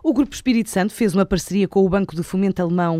O Grupo Espírito Santo fez uma parceria com o Banco de Fomento Alemão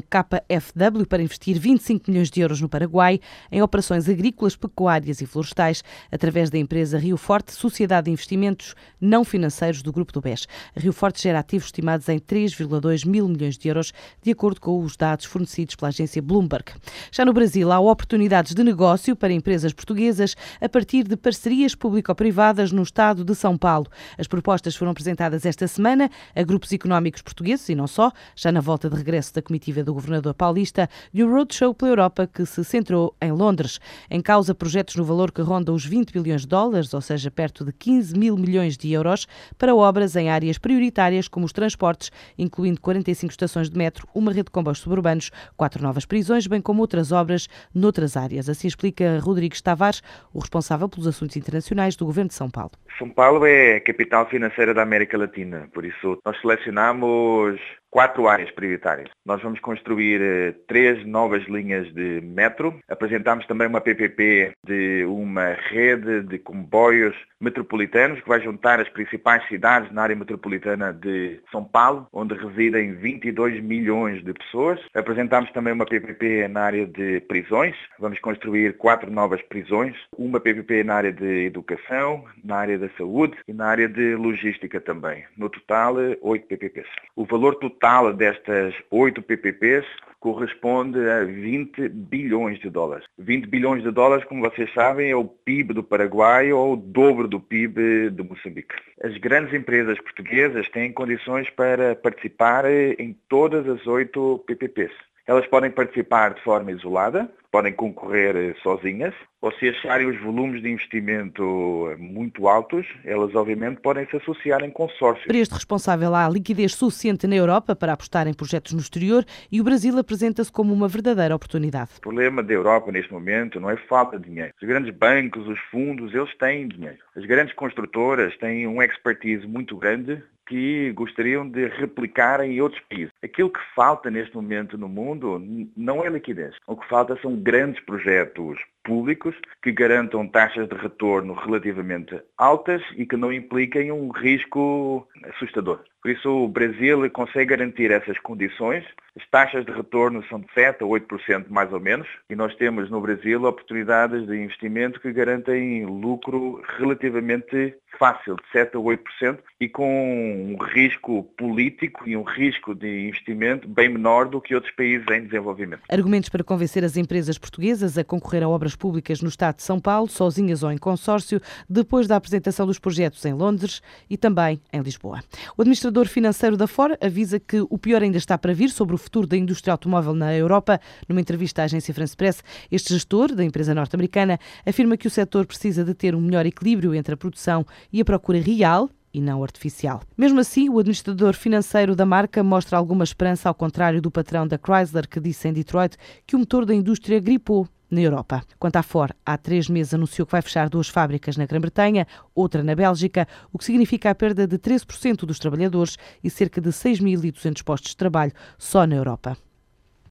KfW para investir 25 milhões de euros no Paraguai em operações agrícolas, pecuárias e florestais através da empresa Rio Forte, Sociedade de Investimentos Não Financeiros do Grupo do BES. A Rio Forte gera ativos estimados em 3,2 mil milhões de euros, de acordo com os dados fornecidos pela agência Bloomberg. Já no Brasil, há oportunidades de negócio para empresas portuguesas a partir de parcerias público-privadas no estado de São Paulo. As propostas foram apresentadas esta semana a grupos económicos portugueses e não só, já na volta de regresso da comitiva do governador paulista e o roadshow pela Europa que se centrou em Londres. Em causa projetos no valor que ronda os 20 bilhões de dólares, ou seja, perto de 15 mil milhões de euros, para obras em áreas prioritárias como os transportes, incluindo 45 estações de metro, uma rede de comboios suburbanos, 4 novas prisões, bem como outras obras noutras áreas. Assim explica Rodrigues Tavares, o responsável pelos assuntos internacionais do Governo de São Paulo. São Paulo é a capital financeira da América Latina, por isso nós selecionamos 4 áreas prioritárias. Nós vamos construir 3 novas linhas de metro. Apresentamos também uma PPP de uma rede de comboios metropolitanos que vai juntar as principais cidades na área metropolitana de São Paulo, onde residem 22 milhões de pessoas. Apresentamos também uma PPP na área de prisões. Vamos construir 4 novas prisões. Uma PPP na área de educação, na área da saúde e na área de logística também. No total, 8 PPPs. O valor total destas 8 PPPs corresponde a 20 bilhões de dólares. 20 bilhões de dólares, como vocês sabem, é o PIB do Paraguai ou o dobro do PIB de Moçambique. As grandes empresas portuguesas têm condições para participar em todas as 8 PPPs. Elas podem participar de forma isolada, podem concorrer sozinhas, ou se acharem os volumes de investimento muito altos, elas obviamente podem se associar em consórcios. Para este responsável há liquidez suficiente na Europa para apostar em projetos no exterior e o Brasil apresenta-se como uma verdadeira oportunidade. O problema da Europa neste momento não é falta de dinheiro. Os grandes bancos, os fundos, eles têm dinheiro. As grandes construtoras têm um expertise muito grande que gostariam de replicar em outros países. Aquilo que falta neste momento no mundo não é liquidez. O que falta são grandes projetos públicos que garantam taxas de retorno relativamente altas e que não impliquem um risco assustador. Por isso o Brasil consegue garantir essas condições. As taxas de retorno são de 7% a 8% mais ou menos e nós temos no Brasil oportunidades de investimento que garantem lucro relativamente fácil, de 7% a 8% e com um risco político e um risco de investimento bem menor do que outros países em desenvolvimento. Argumentos para convencer as empresas portuguesas a concorrer a obras públicas no estado de São Paulo, sozinhas ou em consórcio, depois da apresentação dos projetos em Londres e também em Lisboa. O administrador financeiro da Ford avisa que o pior ainda está para vir sobre o futuro da indústria automóvel na Europa. Numa entrevista à agência France Press, este gestor da empresa norte-americana afirma que o setor precisa de ter um melhor equilíbrio entre a produção e a procura real e não artificial. Mesmo assim, o administrador financeiro da marca mostra alguma esperança, ao contrário do patrão da Chrysler, que disse em Detroit que o motor da indústria gripou na Europa. Quanto à Ford, há 3 meses anunciou que vai fechar 2 fábricas na Grã-Bretanha, outra na Bélgica, o que significa a perda de 13% dos trabalhadores e cerca de 6.200 postos de trabalho só na Europa.